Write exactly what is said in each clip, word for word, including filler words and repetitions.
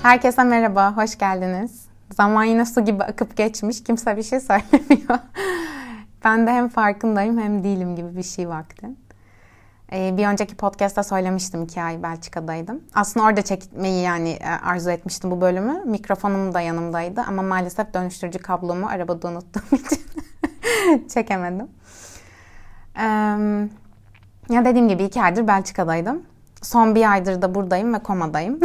Herkese merhaba, hoş geldiniz. Zaman yine su gibi akıp geçmiş, kimse bir şey söylemiyor. Ben de hem farkındayım hem değilim gibi bir şey vakti. Ee, bir önceki podcast'ta söylemiştim, iki ay Belçika'daydım. Aslında orada çekmeyi yani arzu etmiştim bu bölümü. Mikrofonum da yanımdaydı ama maalesef dönüştürücü kablomu arabada unuttuğum için çekemedim. Ee, ya dediğim gibi iki aydır Belçika'daydım. Son bir aydır da buradayım ve komadayım.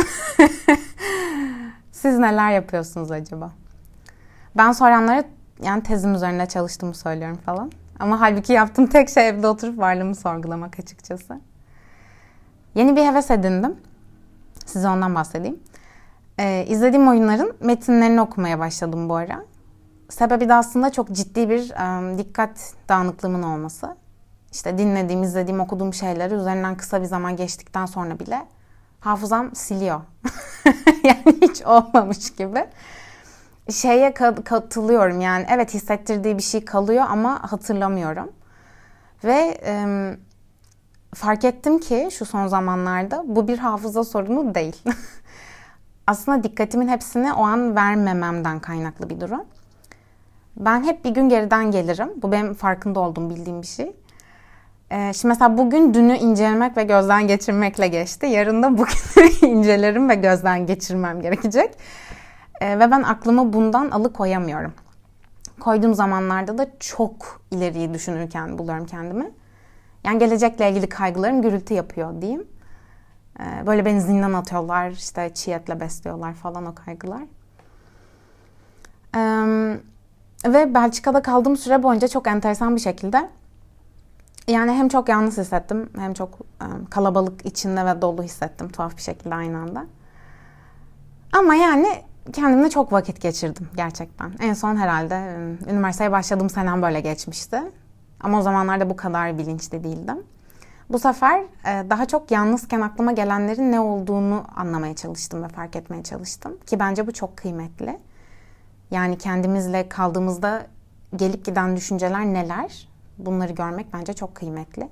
Siz neler yapıyorsunuz acaba? Ben soranlara yani tezim üzerinde çalıştığımı söylüyorum falan. Ama halbuki yaptığım tek şey evde oturup varlığımı sorgulamak açıkçası. Yeni bir heves edindim. Size ondan bahsedeyim. Ee, izlediğim oyunların metinlerini okumaya başladım bu ara. Sebebi de aslında çok ciddi bir um, dikkat dağınıklığımın olması. İşte dinlediğim, izlediğim, okuduğum şeyleri üzerinden kısa bir zaman geçtikten sonra bile hafızam siliyor. Yani hiç olmamış gibi. Şeye katılıyorum yani evet hissettirdiği bir şey kalıyor ama hatırlamıyorum. Ve e, fark ettim ki şu son zamanlarda bu bir hafıza sorunu değil. Aslında dikkatimin hepsini o an vermememden kaynaklı bir durum. Ben hep bir gün geriden gelirim. Bu benim farkında olduğum, bildiğim bir şey. Ee, şimdi mesela bugün dünü incelemek ve gözden geçirmekle geçti. Yarın da bugünü incelerim ve gözden geçirmem gerekecek. Ee, ve ben aklımı bundan alıkoyamıyorum. Koyduğum zamanlarda da çok ileriyi düşünürken buluyorum kendimi. Yani gelecekle ilgili kaygılarım gürültü yapıyor diyeyim. Ee, böyle beni zindan atıyorlar, işte çiğ etle besliyorlar falan o kaygılar. Ee, ve Belçika'da kaldığım süre boyunca çok enteresan bir şekilde yani hem çok yalnız hissettim hem çok kalabalık içinde ve dolu hissettim tuhaf bir şekilde aynı anda. Ama yani kendimle çok vakit geçirdim gerçekten. En son herhalde üniversiteye başladığım senem böyle geçmişti. Ama o zamanlarda bu kadar bilinçli değildim. Bu sefer daha çok yalnızken aklıma gelenlerin ne olduğunu anlamaya çalıştım ve fark etmeye çalıştım. Ki bence bu çok kıymetli. Yani kendimizle kaldığımızda gelip giden düşünceler neler? Bunları görmek bence çok kıymetli.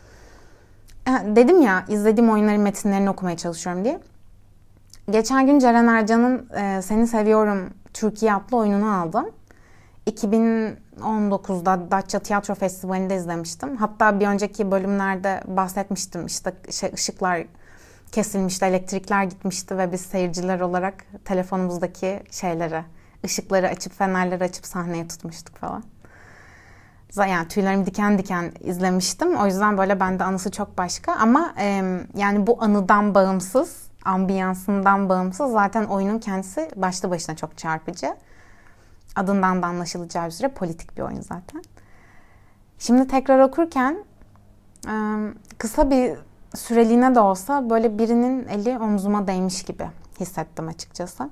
Dedim ya izlediğim oyunların metinlerini okumaya çalışıyorum diye. Geçen gün Ceren Ercan'ın Seni Seviyorum Türkiye adlı oyununu aldım. iki bin on dokuzda Datça Tiyatro Festivali'nde izlemiştim. Hatta bir önceki bölümlerde bahsetmiştim. İşte şey, ışıklar kesilmişti, elektrikler gitmişti ve biz seyirciler olarak telefonumuzdaki şeyleri, ışıkları açıp, fenerleri açıp sahneye tutmuştuk falan. Yani tüylerim diken diken izlemiştim. O yüzden böyle bende anısı çok başka. Ama e, yani bu anıdan bağımsız, ambiyansından bağımsız zaten oyunun kendisi başlı başına çok çarpıcı. Adından da anlaşılacağı üzere politik bir oyun zaten. Şimdi tekrar okurken e, kısa bir süreliğine de olsa böyle birinin eli omzuma değmiş gibi hissettim açıkçası.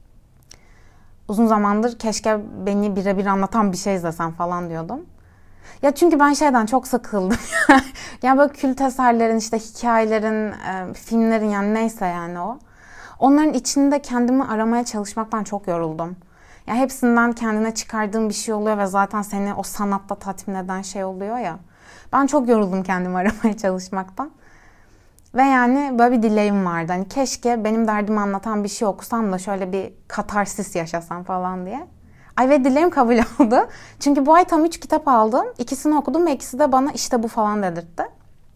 Uzun zamandır keşke beni birebir anlatan bir şey izlesem falan diyordum. Ya çünkü ben şeyden çok sıkıldım. Yani böyle kült eserlerin, işte hikayelerin, e, filmlerin yani neyse yani o. Onların içinde kendimi aramaya çalışmaktan çok yoruldum. Ya hepsinden kendine çıkardığın bir şey oluyor ve zaten seni o sanatta tatmin eden şey oluyor ya. Ben çok yoruldum kendimi aramaya çalışmaktan. Ve yani böyle bir dileğim vardı. Hani keşke benim derdimi anlatan bir şey okusam da şöyle bir katarsis yaşasam falan diye. Ay ve dileğim kabul oldu. Çünkü bu ay tam üç kitap aldım. İkisini okudum ve ikisi de bana işte bu falan dedirtti.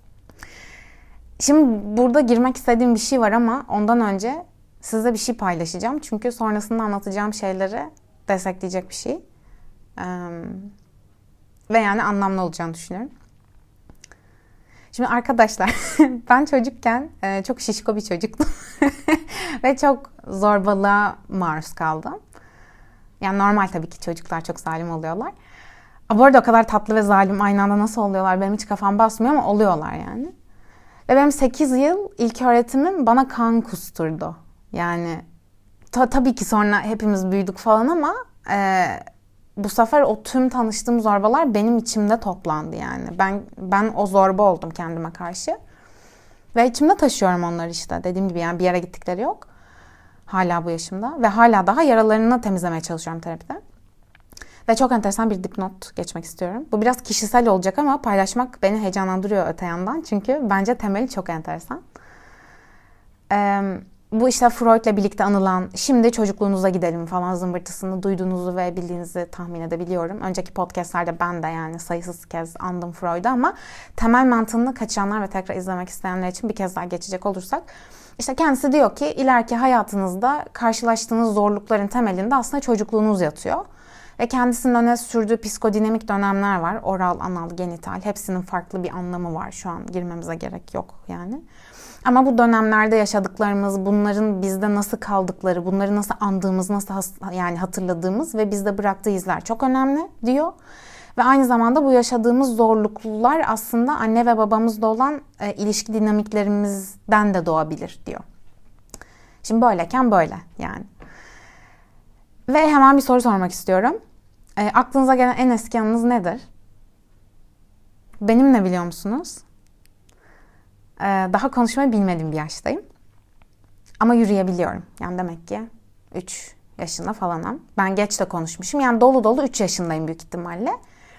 Şimdi burada girmek istediğim bir şey var ama ondan önce size bir şey paylaşacağım. Çünkü sonrasında anlatacağım şeyleri destekleyecek bir şey. Ee, ve yani anlamlı olacağını düşünüyorum. Şimdi arkadaşlar ben çocukken çok şişko bir çocuktum. Ve çok zorbalığa maruz kaldım. Yani normal tabii ki çocuklar çok zalim oluyorlar. Bu arada o kadar tatlı ve zalim aynı anda nasıl oluyorlar benim hiç kafam basmıyor ama oluyorlar yani. Ve benim sekiz yıl ilköğretimim bana kan kusturdu. Yani ta, tabii ki sonra hepimiz büyüdük falan ama e, bu sefer o tüm tanıştığım zorbalar benim içimde toplandı yani. Ben ben o zorba oldum kendime karşı. Ve içimde taşıyorum onları işte. Dediğim gibi yani bir yere gittikleri yok. Hala bu yaşımda. Ve hala daha yaralarını temizlemeye çalışıyorum terapide. Ve çok enteresan bir dipnot geçmek istiyorum. Bu biraz kişisel olacak ama paylaşmak beni heyecanlandırıyor öte yandan. Çünkü bence temeli çok enteresan. Ee, bu işte Freud'la birlikte anılan şimdi çocukluğunuza gidelim falan zımbırtısını duyduğunuzu ve bildiğinizi tahmin edebiliyorum. Önceki podcastlerde ben de yani sayısız kez andım Freud'u ama temel mantığını kaçıranlar ve tekrar izlemek isteyenler için bir kez daha geçecek olursak. İşte kendisi diyor ki ileriki hayatınızda karşılaştığınız zorlukların temelinde aslında çocukluğunuz yatıyor. Ve kendisinin öne sürdüğü psikodinamik dönemler var. Oral, anal, genital. Hepsinin farklı bir anlamı var. Şu an girmemize gerek yok yani. Ama bu dönemlerde yaşadıklarımız, bunların bizde nasıl kaldıkları, bunları nasıl andığımız, nasıl has- yani hatırladığımız ve bizde bıraktığı izler çok önemli diyor. Ve aynı zamanda bu yaşadığımız zorluklar aslında anne ve babamızla olan e, ilişki dinamiklerimizden de doğabilir diyor. Şimdi böyleyken böyle yani. Ve hemen bir soru sormak istiyorum. E, aklınıza gelen en eski anınız nedir? Benim ne biliyor musunuz? E, daha konuşmayı bilmediğim bir yaştayım. Ama yürüyebiliyorum. Yani demek ki üç yaşında falanım. Ben geç de konuşmuşum. Yani dolu dolu üç yaşındayım büyük ihtimalle.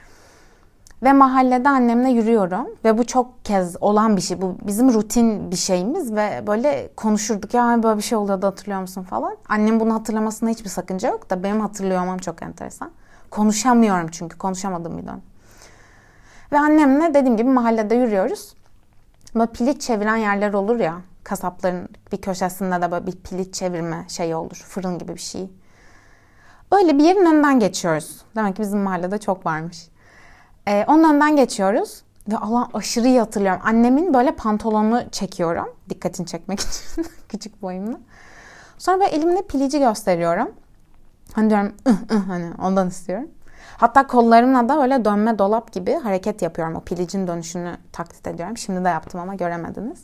Ve mahallede annemle yürüyorum. Ve bu çok kez olan bir şey. Bu bizim rutin bir şeyimiz. Ve böyle konuşurduk. Ya böyle bir şey oluyordu hatırlıyor musun falan. Annem bunu hatırlamasında hiçbir sakınca yok da benim hatırlıyor olmam çok enteresan. Konuşamıyorum çünkü. Konuşamadığım bir dönem. Ve annemle dediğim gibi mahallede yürüyoruz. Böyle piliç çeviren yerler olur ya. Kasapların bir köşesinde de böyle bir piliç çevirme şeyi olur. Fırın gibi bir şey. Öyle bir yerin önünden geçiyoruz. Demek ki bizim mahallede çok varmış. Ee, onun önünden geçiyoruz. Ve Allah aşırı iyi hatırlıyorum. Annemin böyle pantolonunu çekiyorum. Dikkatini çekmek için. Küçük boyumla. Sonra böyle elimle pilici gösteriyorum. Hani diyorum ıh ıh hani ondan istiyorum. Hatta kollarımla da böyle dönme dolap gibi hareket yapıyorum. O pilicin dönüşünü taklit ediyorum. Şimdi de yaptım ama göremediniz.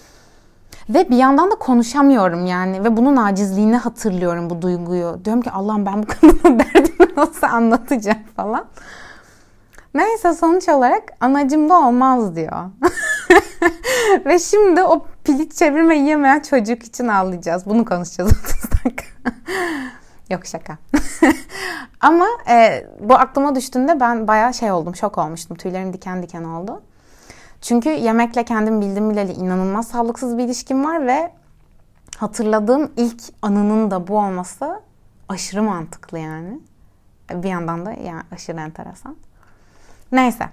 Ve bir yandan da konuşamıyorum yani. Ve bunun acizliğini hatırlıyorum bu duyguyu. Diyorum ki Allah'ım ben bu kadına derdimi nasıl anlatacağım falan. Neyse sonuç olarak anacığım da olmaz diyor. Ve şimdi o piliç çevirme yiyemeyen çocuk için ağlayacağız. Bunu konuşacağız otuz dakika. Yok şaka. Ama e, bu aklıma düştüğünde ben bayağı şey oldum, şok olmuştum. Tüylerim diken diken oldu. Çünkü yemekle kendim bildim bileli inanılmaz sağlıksız bir ilişkim var ve hatırladığım ilk anının da bu olması aşırı mantıklı yani. Bir yandan da yani aşırı enteresan. Neyse.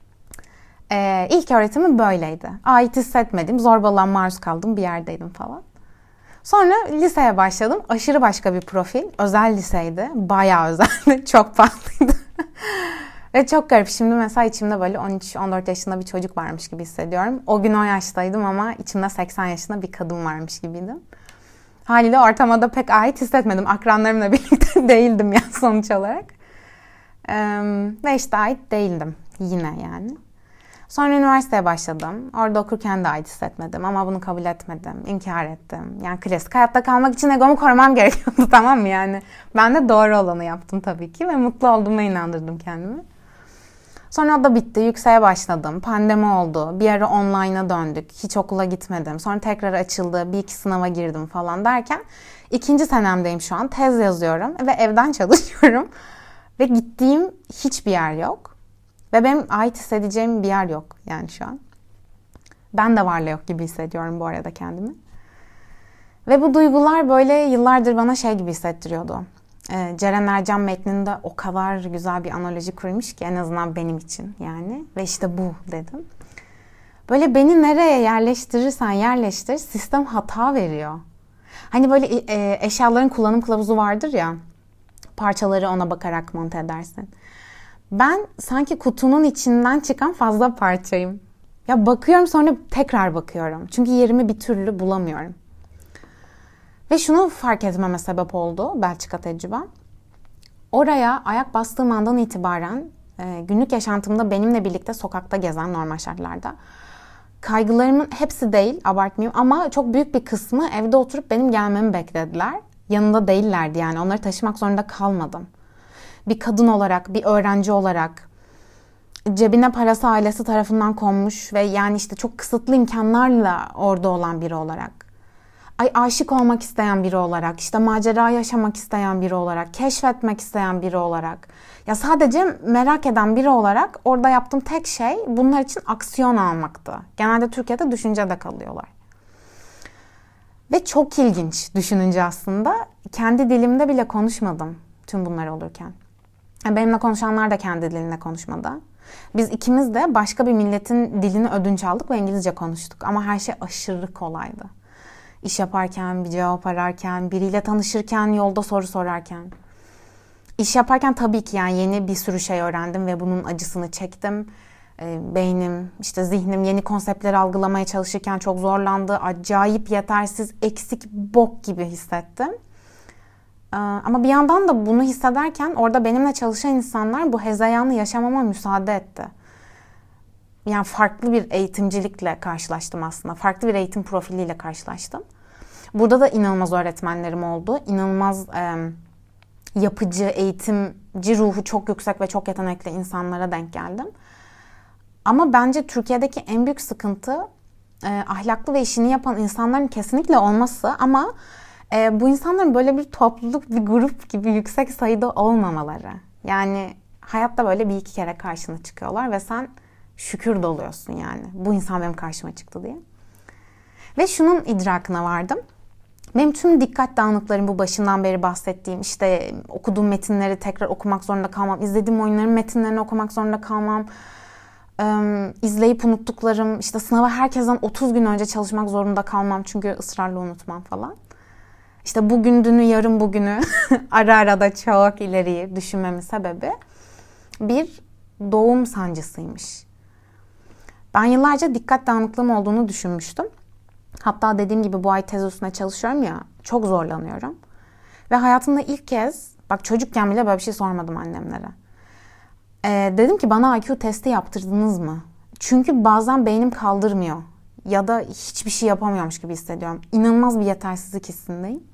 Ee, ilk öğretimim böyleydi. Ait hissetmedim, zorbalığa maruz kaldım, bir yerdeydim falan. Sonra liseye başladım. Aşırı başka bir profil. Özel liseydi. Bayağı özeldi. Çok pahalıydı. Ve çok garip. Şimdi mesela içimde böyle on üç on dört yaşında bir çocuk varmış gibi hissediyorum. O gün o yaştaydım ama içimde seksen yaşında bir kadın varmış gibiydim. Haliyle ortama da pek ait hissetmedim. Akranlarımla birlikte değildim ya sonuç olarak. Ee, ve işte ait değildim. Yine yani. Sonra üniversiteye başladım. Orada okurken de ait hissetmedim ama bunu kabul etmedim. İnkar ettim. Yani klasik hayatta kalmak için egomu korumam gerekiyordu, tamam mı yani? Ben de doğru olanı yaptım tabii ki ve mutlu olduğuma inandırdım kendimi. Sonra o da bitti. Yükseğe başladım. Pandemi oldu. Bir ara online'a döndük. Hiç okula gitmedim. Sonra tekrar açıldı. Bir iki sınava girdim falan derken ikinci senemdeyim şu an. Tez yazıyorum ve evden çalışıyorum. Ve gittiğim hiçbir yer yok. Ve benim ait hissedeceğim bir yer yok yani şu an. Ben de varla yok gibi hissediyorum bu arada kendimi. Ve bu duygular böyle yıllardır bana şey gibi hissettiriyordu. Ee, Ceren Ercan metninde o kadar güzel bir analoji kurmuş ki en azından benim için yani. Ve işte bu dedim. Böyle beni nereye yerleştirirsen yerleştir sistem hata veriyor. Hani böyle e, eşyaların kullanım kılavuzu vardır ya. Parçaları ona bakarak monte edersin. Ben sanki kutunun içinden çıkan fazla parçayım. Ya bakıyorum sonra tekrar bakıyorum. Çünkü yerimi bir türlü bulamıyorum. Ve şunu fark etmeme sebep oldu Belçika tecrübem. Oraya ayak bastığım andan itibaren e, günlük yaşantımda benimle birlikte sokakta gezen normal şartlarda kaygılarımın hepsi değil, abartmayayım ama çok büyük bir kısmı evde oturup benim gelmemi beklediler. Yanında değillerdi yani onları taşımak zorunda kalmadım. Bir kadın olarak, bir öğrenci olarak cebine parası ailesi tarafından konmuş ve yani işte çok kısıtlı imkanlarla orada olan biri olarak. Ay aşık olmak isteyen biri olarak, işte macera yaşamak isteyen biri olarak, keşfetmek isteyen biri olarak. Ya sadece merak eden biri olarak orada yaptığım tek şey bunlar için aksiyon almaktı. Genelde Türkiye'de düşüncede kalıyorlar. Ve Ve çok ilginç düşününce aslında kendi dilimde bile konuşmadım tüm bunlar olurken. Benimle konuşanlar da kendi dilinde konuşmadı. Biz ikimiz de başka bir milletin dilini ödünç aldık ve İngilizce konuştuk. Ama her şey aşırı kolaydı. İş yaparken, bir cevap ararken, biriyle tanışırken, yolda soru sorarken. İş yaparken tabii ki yani yeni bir sürü şey öğrendim ve bunun acısını çektim. Beynim, işte zihnim yeni konseptleri algılamaya çalışırken çok zorlandı. Acayip yetersiz, eksik, bok gibi hissettim. Ama bir yandan da bunu hissederken orada benimle çalışan insanlar bu hezeyanı yaşamama müsaade etti. Yani farklı bir eğitimcilikle karşılaştım aslında. Farklı bir eğitim profiliyle karşılaştım. Burada da inanılmaz öğretmenlerim oldu. İnanılmaz e, yapıcı, eğitimci ruhu çok yüksek ve çok yetenekli insanlara denk geldim. Ama bence Türkiye'deki en büyük sıkıntı e, ahlaklı ve işini yapan insanların kesinlikle olması ama e, bu insanların böyle bir topluluk, bir grup gibi yüksek sayıda olmamaları. Yani hayatta böyle bir iki kere karşına çıkıyorlar ve sen şükür doluyorsun yani. Bu insan benim karşıma çıktı diye. Ve şunun idrakına vardım. Benim tüm dikkat dağınıklarım, bu başından beri bahsettiğim, işte okuduğum metinleri tekrar okumak zorunda kalmam, izlediğim oyunların metinlerini okumak zorunda kalmam, izleyip unuttuklarım, işte sınava herkesten otuz gün önce çalışmak zorunda kalmam çünkü ısrarla unutmam falan. İşte bugün dünü, yarın bugünü ara ara da çok ileriyi düşünmemin sebebi bir doğum sancısıymış. Ben yıllarca dikkat dağınıklığım olduğunu düşünmüştüm. Hatta dediğim gibi bu ay tez üstüne çalışıyorum ya, çok zorlanıyorum. Ve hayatımda ilk kez, bak çocukken bile böyle bir şey sormadım annemlere. Ee, dedim ki bana I Q testi yaptırdınız mı? Çünkü bazen beynim kaldırmıyor. Ya da hiçbir şey yapamıyormuş gibi hissediyorum. İnanılmaz bir yetersizlik hissindeyim.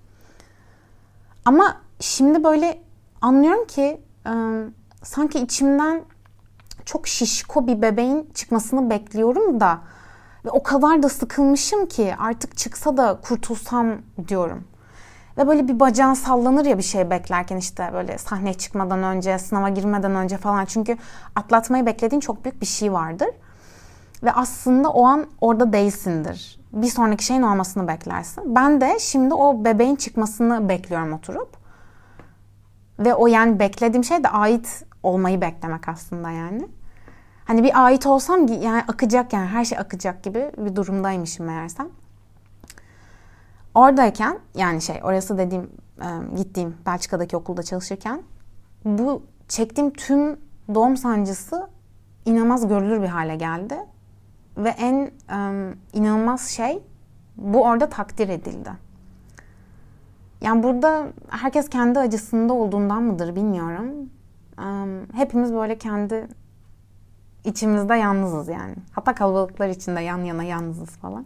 Ama şimdi böyle anlıyorum ki e, sanki içimden çok şişko bir bebeğin çıkmasını bekliyorum da ve o kadar da sıkılmışım ki artık çıksa da kurtulsam diyorum. Ve böyle bir bacağın sallanır ya bir şey beklerken, işte böyle sahneye çıkmadan önce, sınava girmeden önce falan. Çünkü atlatmayı beklediğin çok büyük bir şey vardır. Ve aslında o an orada değilsindir. Bir sonraki şeyin olmasını beklersin. Ben de şimdi o bebeğin çıkmasını bekliyorum oturup. Ve o yani beklediğim şey de ait olmayı beklemek aslında yani. Hani bir ait olsam yani akacak, yani her şey akacak gibi bir durumdaymışım meğersem. Oradayken yani şey orası dediğim gittiğim Belçika'daki okulda çalışırken bu çektiğim tüm doğum sancısı inanılmaz görülür bir hale geldi. Ve en um, inanılmaz şey bu orada takdir edildi. Yani burada herkes kendi acısında olduğundan mıdır bilmiyorum. Um, hepimiz böyle kendi içimizde yalnızız yani. Hatta kalabalıklar içinde yan yana yalnızız falan.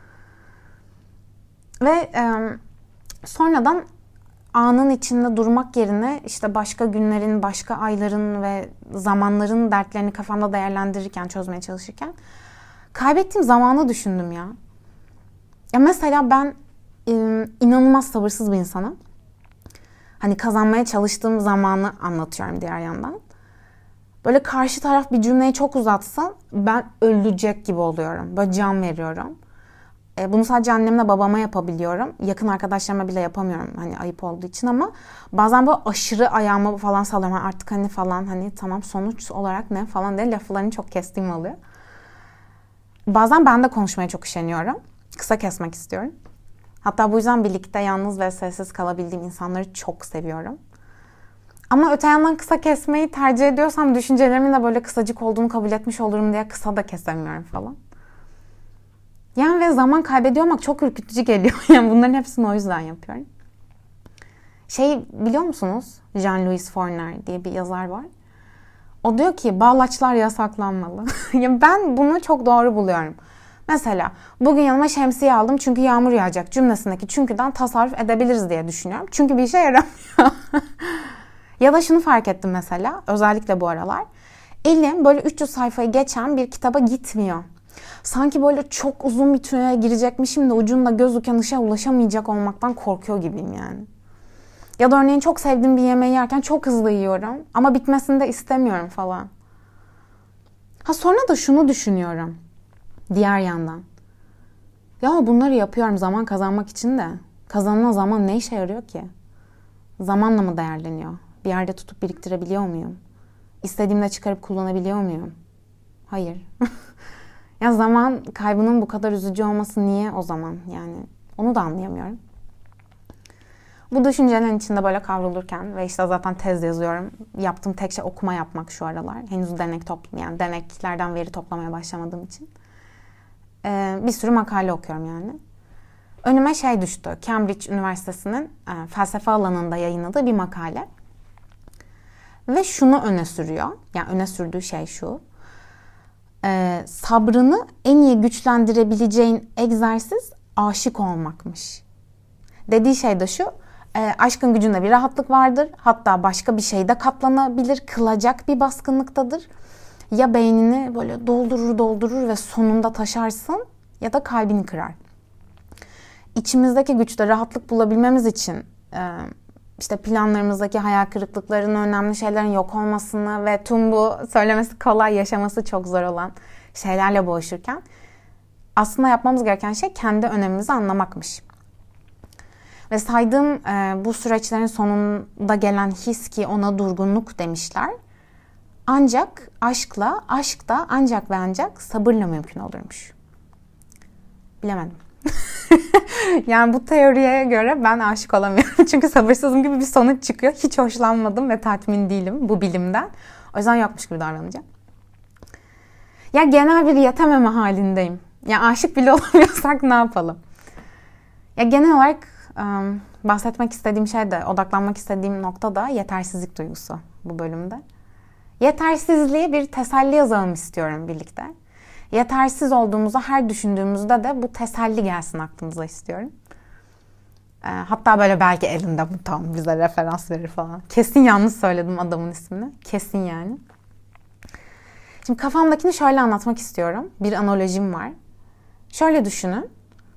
Ve um, sonradan anın içinde durmak yerine işte başka günlerin, başka ayların ve zamanların dertlerini kafamda değerlendirirken, çözmeye çalışırken kaybettiğim zamanı düşündüm ya. Ya mesela ben e, inanılmaz sabırsız bir insanım. Hani kazanmaya çalıştığım zamanı anlatıyorum diğer yandan. Böyle karşı taraf bir cümleyi çok uzatsa ben ölecek gibi oluyorum. Böyle can veriyorum. E, bunu sadece annemle babama yapabiliyorum. Yakın arkadaşlarıma bile yapamıyorum. Hani ayıp olduğu için ama bazen böyle aşırı ayağımı falan sallıyorum. Artık hani falan hani tamam sonuç olarak ne falan diye laflarını çok kestiğim oluyor. Bazen ben de konuşmaya çok üşeniyorum. Kısa kesmek istiyorum. Hatta bu yüzden birlikte yalnız ve sessiz kalabildiğim insanları çok seviyorum. Ama öte yandan kısa kesmeyi tercih ediyorsam düşüncelerimin de böyle kısacık olduğunu kabul etmiş olurum diye kısa da kesemiyorum falan. Yani ve zaman kaybediyor olmak çok ürkütücü geliyor. Yani bunların hepsini o yüzden yapıyorum. Şey biliyor musunuz? Jean-Louis Fournier diye bir yazar var. O diyor ki bağlaçlar yasaklanmalı. Yani ben bunu çok doğru buluyorum. Mesela bugün yanıma şemsiye aldım çünkü yağmur yağacak cümlesindeki çünküden tasarruf edebiliriz diye düşünüyorum. Çünkü bir işe yaramıyor. Ya da şunu fark ettim mesela, özellikle bu aralar. Elim böyle üç yüz sayfayı geçen bir kitaba gitmiyor. Sanki böyle çok uzun bir tünele girecekmişim de ucunda gözüken ışığa ulaşamayacak olmaktan korkuyor gibiyim yani. Ya da örneğin çok sevdiğim bir yemeği yerken çok hızlı yiyorum ama bitmesini de istemiyorum falan. Ha sonra da şunu düşünüyorum diğer yandan. Ya bunları yapıyorum zaman kazanmak için de. Kazanılan zaman ne işe yarıyor ki? Zamanla mı değerleniyor? Bir yerde tutup biriktirebiliyor muyum? İstediğimde çıkarıp kullanabiliyor muyum? Hayır. Ya zaman kaybının bu kadar üzücü olması niye o zaman? Yani onu da anlayamıyorum. Bu düşüncelerin içinde böyle kavrulurken ve işte zaten tez yazıyorum. Yaptığım tek şey okuma yapmak şu aralar. Henüz denek toplam yani deneklerden veri toplamaya başlamadığım için. Ee, bir sürü makale okuyorum yani. Önüme şey düştü. Cambridge Üniversitesi'nin e, felsefe alanında yayınladığı bir makale. Ve şunu öne sürüyor. Yani öne sürdüğü şey şu. E, sabrını en iyi güçlendirebileceğin egzersiz aşık olmakmış. Dediği şey de şu. E, aşkın gücünde bir rahatlık vardır. Hatta başka bir şeyde katlanabilir. Kılacak bir baskınlıktadır. Ya beynini böyle doldurur doldurur ve sonunda taşarsın ya da kalbini kırar. İçimizdeki güçte rahatlık bulabilmemiz için işte planlarımızdaki hayal kırıklıklarının, önemli şeylerin yok olmasını ve tüm bu söylemesi kolay, yaşaması çok zor olan şeylerle boğuşurken aslında yapmamız gereken şey kendi önemimizi anlamakmış. Ve saydığım bu süreçlerin sonunda gelen his ki ona durgunluk demişler. Ancak aşkla, aşk da ancak ve ancak sabırla mümkün olurmuş. Bilemedim. Yani bu teoriye göre ben aşık olamıyorum. Çünkü sabırsızım gibi bir sonuç çıkıyor. Hiç hoşlanmadım ve tatmin değilim bu bilimden. O yüzden yokmuş gibi davranacağım. Ya genel bir yetememe halindeyim. Ya aşık bile olamıyorsak ne yapalım? Ya genel olarak um, bahsetmek istediğim şey de, odaklanmak istediğim nokta da yetersizlik duygusu bu bölümde. Yetersizliği bir teselli yazalım istiyorum birlikte. Yetersiz olduğumuzu her düşündüğümüzde de bu teselli gelsin aklınıza istiyorum. E, hatta böyle belki elinde bu tam bize referans verir falan. Kesin yanlış söyledim adamın ismini. Kesin yani. Şimdi kafamdakini şöyle anlatmak istiyorum. Bir analojim var. Şöyle düşünün.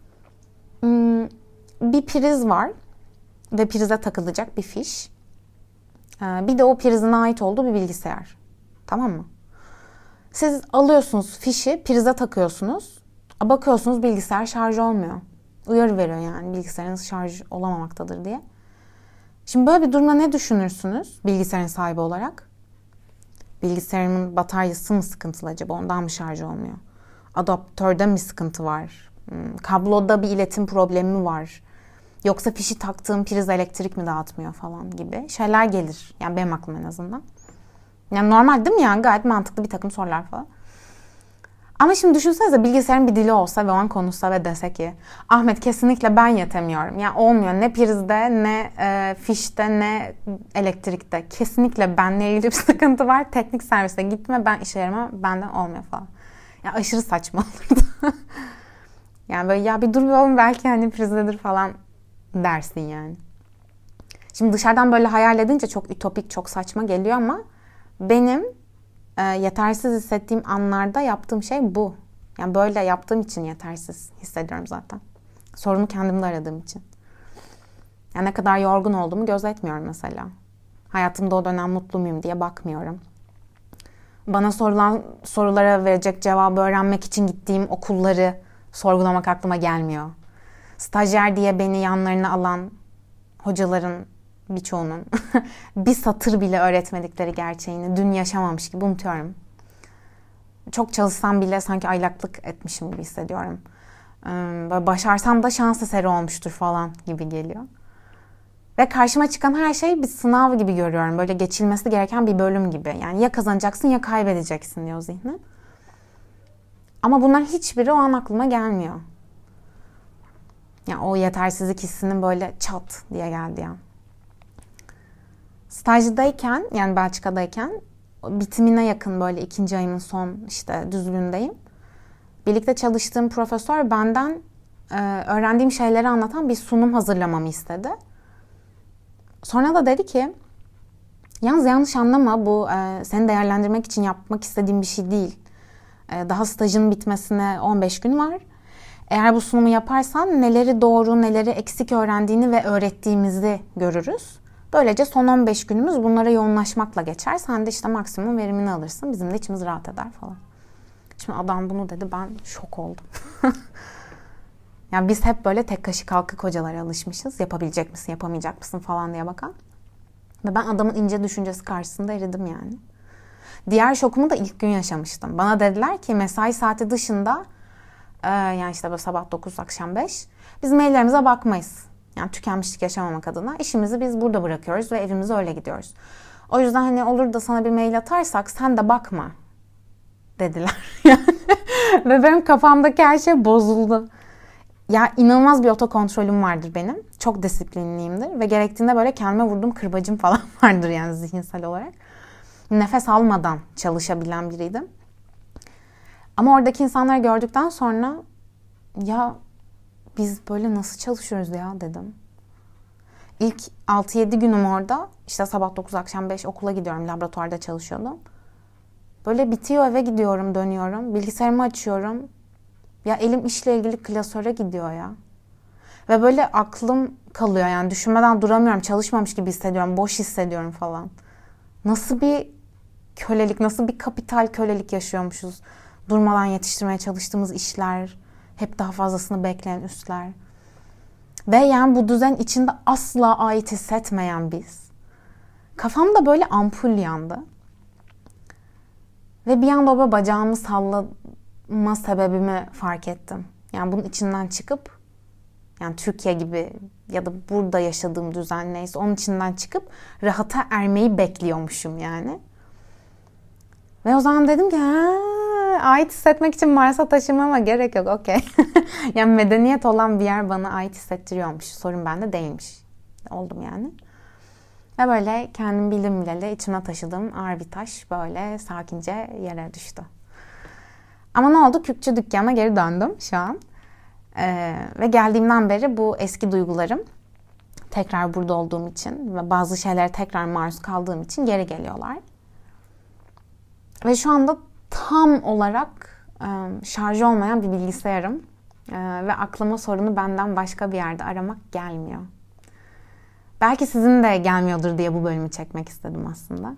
Bir priz var ve prize takılacak bir fiş. Bir de o prizine ait olduğu bir bilgisayar. Tamam mı? Siz alıyorsunuz fişi, prize takıyorsunuz. Bakıyorsunuz bilgisayar şarj olmuyor. Uyarı veriyor yani bilgisayarınız şarj olamamaktadır diye. Şimdi böyle bir durumda ne düşünürsünüz bilgisayarın sahibi olarak? Bilgisayarımın bataryası mı sıkıntılı acaba? Ondan mı şarj olmuyor? Adaptörde mi sıkıntı var? Kabloda bir iletim problemi mi var? Yoksa fişi taktığım priz elektrik mi dağıtmıyor falan gibi şeyler gelir. Yani benim aklıma en azından. Yani normal değil mi yani? Gayet mantıklı bir takım sorular falan. Ama şimdi düşünsenize bilgisayarın bir dili olsa ve o an konuşsa ve dese ki Ahmet kesinlikle ben yetemiyorum. Yani olmuyor ne prizde ne e, fişte ne elektrikte. Kesinlikle benle ilgili bir sıkıntı var. Teknik servise gitme ben işe yaramam benden olmuyor falan. Yani aşırı saçma olurdu. Yani böyle ya bir dur oğlum belki hani prizdedir falan dersin yani. Şimdi dışarıdan böyle hayal edince çok ütopik çok saçma geliyor ama benim e, yetersiz hissettiğim anlarda yaptığım şey bu. Yani böyle yaptığım için yetersiz hissediyorum zaten. Sorunu kendimde aradığım için. Yani ne kadar yorgun olduğumu gözetmiyorum mesela. Hayatımda o dönem mutlu muyum diye bakmıyorum. Bana sorulan sorulara verecek cevabı öğrenmek için gittiğim okulları sorgulamak aklıma gelmiyor. Stajyer diye beni yanlarına alan hocaların birçoğunun bir satır bile öğretmedikleri gerçeğini dün yaşamamış gibi unutuyorum. Çok çalışsam bile sanki aylaklık etmişim gibi hissediyorum. Böyle başarsam da şans eseri olmuştur falan gibi geliyor. Ve karşıma çıkan her şey bir sınav gibi görüyorum. Böyle geçilmesi gereken bir bölüm gibi. Yani ya kazanacaksın ya kaybedeceksin diyor zihnim. Ama bunların hiçbiri o an aklıma gelmiyor. Yani o yetersizlik hissinin böyle çat diye geldi ya. Stajdayken yani Belçika'dayken bitimine yakın böyle ikinci ayımın son işte düzlüğündeyim. Birlikte çalıştığım profesör benden e, öğrendiğim şeyleri anlatan bir sunum hazırlamamı istedi. Sonra da dedi ki yalnız yanlış anlama bu e, seni değerlendirmek için yapmak istediğim bir şey değil. E, daha stajın bitmesine on beş gün var. Eğer bu sunumu yaparsan neleri doğru neleri eksik öğrendiğini ve öğrettiğimizi görürüz. Böylece son on beş günümüz bunlara yoğunlaşmakla geçer. Sen de işte maksimum verimini alırsın. Bizim de içimiz rahat eder falan. Şimdi adam bunu dedi. Ben şok oldum. Yani biz hep böyle tek kaşık kalkık hocalara alışmışız. Yapabilecek misin, yapamayacak mısın falan diye bakan. Ve ben adamın ince düşüncesi karşısında eridim yani. Diğer şokumu da ilk gün yaşamıştım. Bana dediler ki mesai saati dışında e, yani işte böyle sabah dokuz akşam beş biz maillerimize bakmayız. Yani tükenmişlik yaşamamak adına işimizi biz burada bırakıyoruz ve evimize öyle gidiyoruz. O yüzden hani olur da sana bir mail atarsak sen de bakma dediler. Ve benim kafamdaki her şey bozuldu. Ya inanılmaz bir otokontrolüm vardır benim. Çok disiplinliyimdir ve gerektiğinde böyle kendime vurduğum kırbacım falan vardır yani zihinsel olarak. Nefes almadan çalışabilen biriydim. Ama oradaki insanları gördükten sonra ya biz böyle nasıl çalışıyoruz ya dedim. İlk altı yedi günüm orada işte sabah dokuz akşam beş okula gidiyorum, laboratuvarda çalışıyordum. Böyle bitiyor, eve gidiyorum, dönüyorum, bilgisayarımı açıyorum. Ya elim işle ilgili klasöre gidiyor ya. Ve böyle aklım kalıyor yani düşünmeden duramıyorum, çalışmamış gibi hissediyorum, boş hissediyorum falan. Nasıl bir kölelik, nasıl bir kapital kölelik yaşıyormuşuz. Durmadan yetiştirmeye çalıştığımız işler, hep daha fazlasını bekleyen üstler. Ve yani bu düzen içinde asla ait hissetmeyen biz. Kafamda böyle ampul yandı. Ve bir anda o bacağımı sallama sebebimi fark ettim. Yani bunun içinden çıkıp, yani Türkiye gibi ya da burada yaşadığım düzen neyse onun içinden çıkıp rahata ermeyi bekliyormuşum yani. Ve o zaman dedim ki ha, ait hissetmek için Mars'a taşınmama gerek yok, okey. Yani medeniyet olan bir yer bana ait hissettiriyormuş. Sorun bende değilmiş. Oldum yani. Ve böyle kendim bildim bileli içime taşıdığım ağır bir taş böyle sakince yere düştü. Ama ne oldu? Kürkçü dükkana geri döndüm şu an. Ee, ve geldiğimden beri bu eski duygularım tekrar burada olduğum için ve bazı şeylere tekrar maruz kaldığım için geri geliyorlar. Ve şu anda tam olarak e, şarjı olmayan bir bilgisayarım. E, ve aklıma sorunu benden başka bir yerde aramak gelmiyor. Belki sizin de gelmiyordur diye bu bölümü çekmek istedim aslında.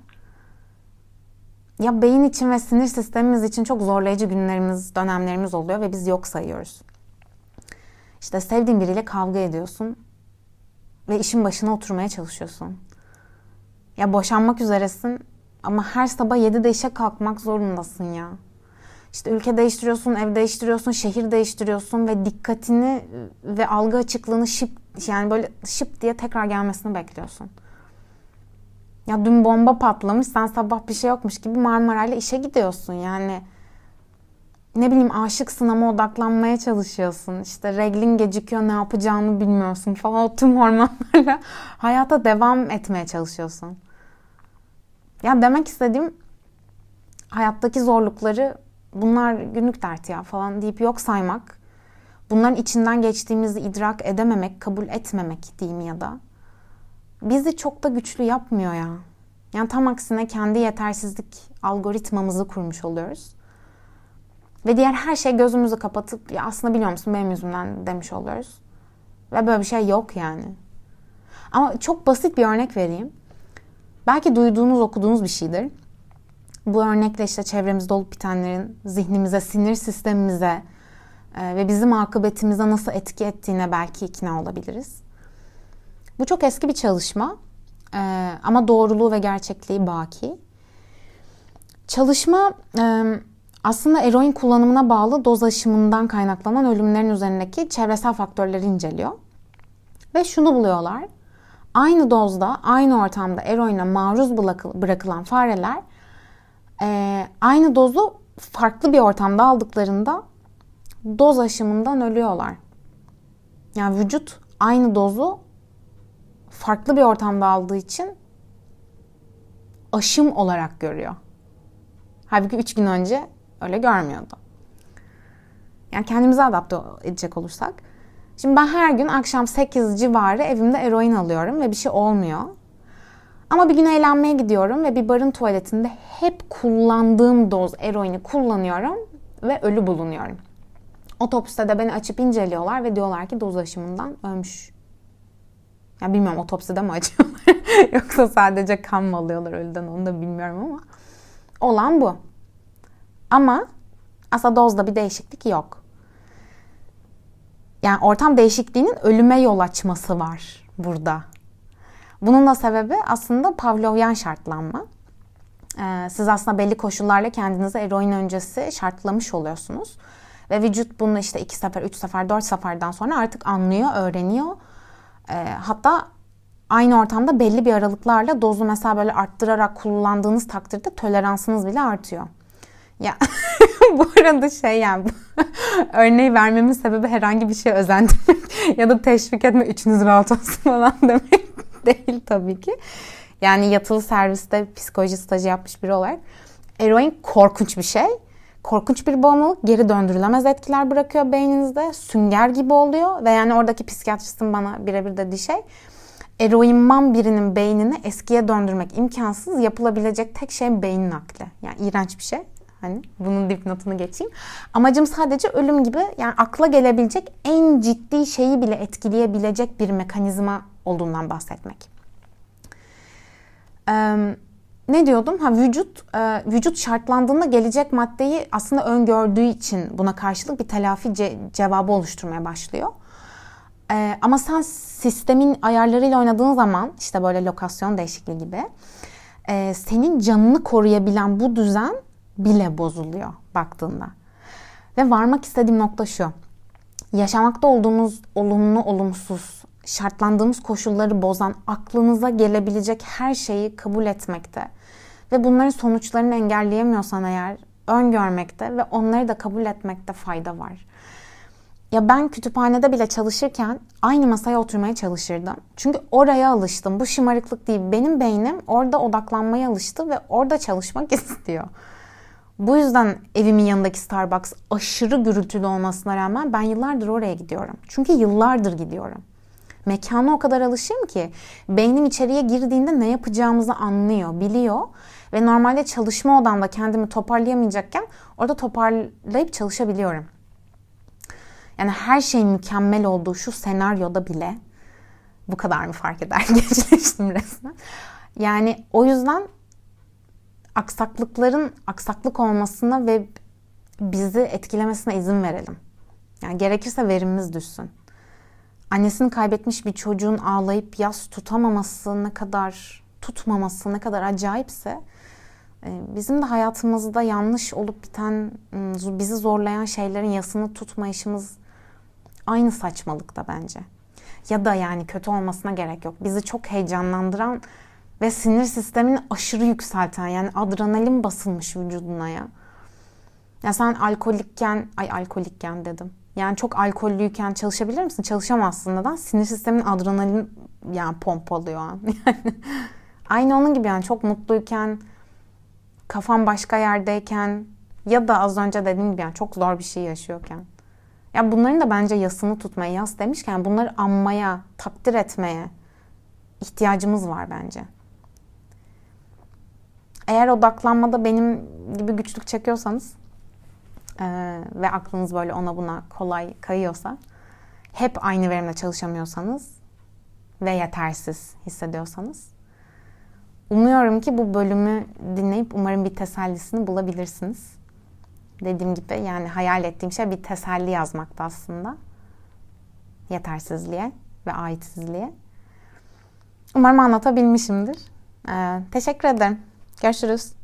Ya beyin için ve sinir sistemimiz için çok zorlayıcı günlerimiz, dönemlerimiz oluyor ve biz yok sayıyoruz. İşte sevdiğin biriyle kavga ediyorsun ve işin başına oturmaya çalışıyorsun. Ya boşanmak üzeresin ama her sabah yedide işe kalkmak zorundasın ya. İşte ülke değiştiriyorsun, ev değiştiriyorsun, şehir değiştiriyorsun ve dikkatini ve algı açıklığını şıp, yani böyle şıp diye tekrar gelmesini bekliyorsun. Ya dün bomba patlamış, sen sabah bir şey yokmuş gibi Marmaray'la işe gidiyorsun yani. Ne bileyim aşıksın ama odaklanmaya çalışıyorsun. İşte reglin gecikiyor, ne yapacağını bilmiyorsun falan. O tüm hormonlarla hayata devam etmeye çalışıyorsun. Ya demek istediğim hayattaki zorlukları bunlar günlük dert ya falan deyip yok saymak. Bunların içinden geçtiğimizi idrak edememek, kabul etmemek diyeyim ya da. Bizi çok da güçlü yapmıyor ya. Yani tam aksine kendi yetersizlik algoritmamızı kurmuş oluyoruz. Ve diğer her şey gözümüzü kapatıp ya aslında biliyor musun benim yüzümden demiş oluyoruz. Ve böyle bir şey yok yani. Ama çok basit bir örnek vereyim. Belki duyduğunuz, okuduğunuz bir şeydir. Bu örnekle işte çevremizde olup bitenlerin zihnimize, sinir sistemimize e, ve bizim akıbetimize nasıl etki ettiğine belki ikna olabiliriz. Bu çok eski bir çalışma e, ama doğruluğu ve gerçekliği baki. Çalışma e, aslında eroin kullanımına bağlı doz aşımından kaynaklanan ölümlerin üzerindeki çevresel faktörleri inceliyor. Ve şunu buluyorlar. Aynı dozda, aynı ortamda eroine maruz bırakılan fareler e, aynı dozu farklı bir ortamda aldıklarında doz aşımından ölüyorlar. Yani vücut aynı dozu farklı bir ortamda aldığı için aşım olarak görüyor. Halbuki üç gün önce öyle görmüyordu. Yani kendimizi adapte edecek olursak. Şimdi ben her gün akşam sekiz civarı evimde eroin alıyorum ve bir şey olmuyor. Ama bir gün eğlenmeye gidiyorum ve bir barın tuvaletinde hep kullandığım doz eroini kullanıyorum ve ölü bulunuyorum. Otopside de beni açıp inceliyorlar ve diyorlar ki doz aşımından ölmüş. Yani bilmiyorum otopside mi açıyorlar yoksa sadece kan mı alıyorlar ölüden onu da bilmiyorum ama olan bu. Ama aslında dozda bir değişiklik yok. Yani ortam değişikliğinin ölüme yol açması var burada. Bunun da sebebi aslında Pavlovyan şartlanma. Ee, siz aslında belli koşullarla kendinizi eroin öncesi şartlamış oluyorsunuz. Ve vücut bunu işte iki sefer, üç sefer, dört seferden sonra artık anlıyor, öğreniyor. Ee, hatta aynı ortamda belli bir aralıklarla dozu mesela böyle arttırarak kullandığınız takdirde toleransınız bile artıyor. Ya bu arada şey yani örneği vermemin sebebi herhangi bir şeye özendirmek ya da teşvik etme, üçünüz rahat olsun falan demek değil tabii ki. Yani yatılı serviste psikoloji stajı yapmış biri olarak eroin korkunç bir şey. Korkunç bir bağımlılık, geri döndürülemez etkiler bırakıyor beyninizde. Sünger gibi oluyor ve yani oradaki psikiyatristin bana birebir dediği şey, eroinman birinin beynini eskiye döndürmek imkansız, yapılabilecek tek şey beyin nakli. Yani iğrenç bir şey. Hani bunun dipnotunu geçeyim. Amacım sadece ölüm gibi, yani akla gelebilecek en ciddi şeyi bile etkileyebilecek bir mekanizma olduğundan bahsetmek. Ee, ne diyordum? Ha vücut e, vücut şartlandığında gelecek maddeyi aslında öngördüğü için buna karşılık bir telafi ce- cevabı oluşturmaya başlıyor. Ee, ama sen sistemin ayarlarıyla oynadığın zaman, işte böyle lokasyon değişikliği gibi, e, senin canını koruyabilen bu düzen bile bozuluyor baktığında. Ve varmak istediğim nokta şu: yaşamakta olduğumuz olumlu olumsuz, şartlandığımız koşulları bozan aklınıza gelebilecek her şeyi kabul etmekte ve bunların sonuçlarını engelleyemiyorsan eğer öngörmekte ve onları da kabul etmekte fayda var. Ya ben kütüphanede bile çalışırken aynı masaya oturmaya çalışırdım. Çünkü oraya alıştım. Bu şımarıklık değil. Benim beynim orada odaklanmaya alıştı ve orada çalışmak istiyor. Bu yüzden evimin yanındaki Starbucks aşırı gürültülü olmasına rağmen ben yıllardır oraya gidiyorum. Çünkü yıllardır gidiyorum. Mekana o kadar alışığım ki beynim içeriye girdiğinde ne yapacağımızı anlıyor, biliyor. Ve normalde çalışma odamda kendimi toparlayamayacakken orada toparlayıp çalışabiliyorum. Yani her şeyin mükemmel olduğu şu senaryoda bile bu kadar mı fark eder? Geçleştim resmen. Yani o yüzden aksaklıkların aksaklık olmasına ve bizi etkilemesine izin verelim. Yani gerekirse verimimiz düşsün. Annesini kaybetmiş bir çocuğun ağlayıp yas tutamaması ne kadar, tutmaması ne kadar acayipse, bizim de hayatımızda yanlış olup biten, bizi zorlayan şeylerin yasını tutmayışımız aynı saçmalıkta bence. Ya da yani kötü olmasına gerek yok. Bizi çok heyecanlandıran ve sinir sistemini aşırı yükselten, yani adrenalin basılmış vücuduna ya. Ya sen alkolikken, ay alkolikken dedim. Yani çok alkollüyken çalışabilir misin? Çalışamazsın. Neden? Sinir sistemin adrenalin yani pompalıyor. Yani aynı onun gibi, yani çok mutluyken, kafam başka yerdeyken ya da az önce dediğim gibi yani çok zor bir şey yaşıyorken. Ya bunların da bence yasını tutmaya, yas demişken bunları anmaya, takdir etmeye ihtiyacımız var bence. Eğer odaklanmada benim gibi güçlük çekiyorsanız e, ve aklınız böyle ona buna kolay kayıyorsa, hep aynı verimle çalışamıyorsanız ve yetersiz hissediyorsanız, umuyorum ki bu bölümü dinleyip umarım bir tesellisini bulabilirsiniz. Dediğim gibi yani hayal ettiğim şey bir teselli yazmaktı aslında. Yetersizliğe ve aitsizliğe. Umarım anlatabilmişimdir. Ee, teşekkür ederim. Görüşürüz.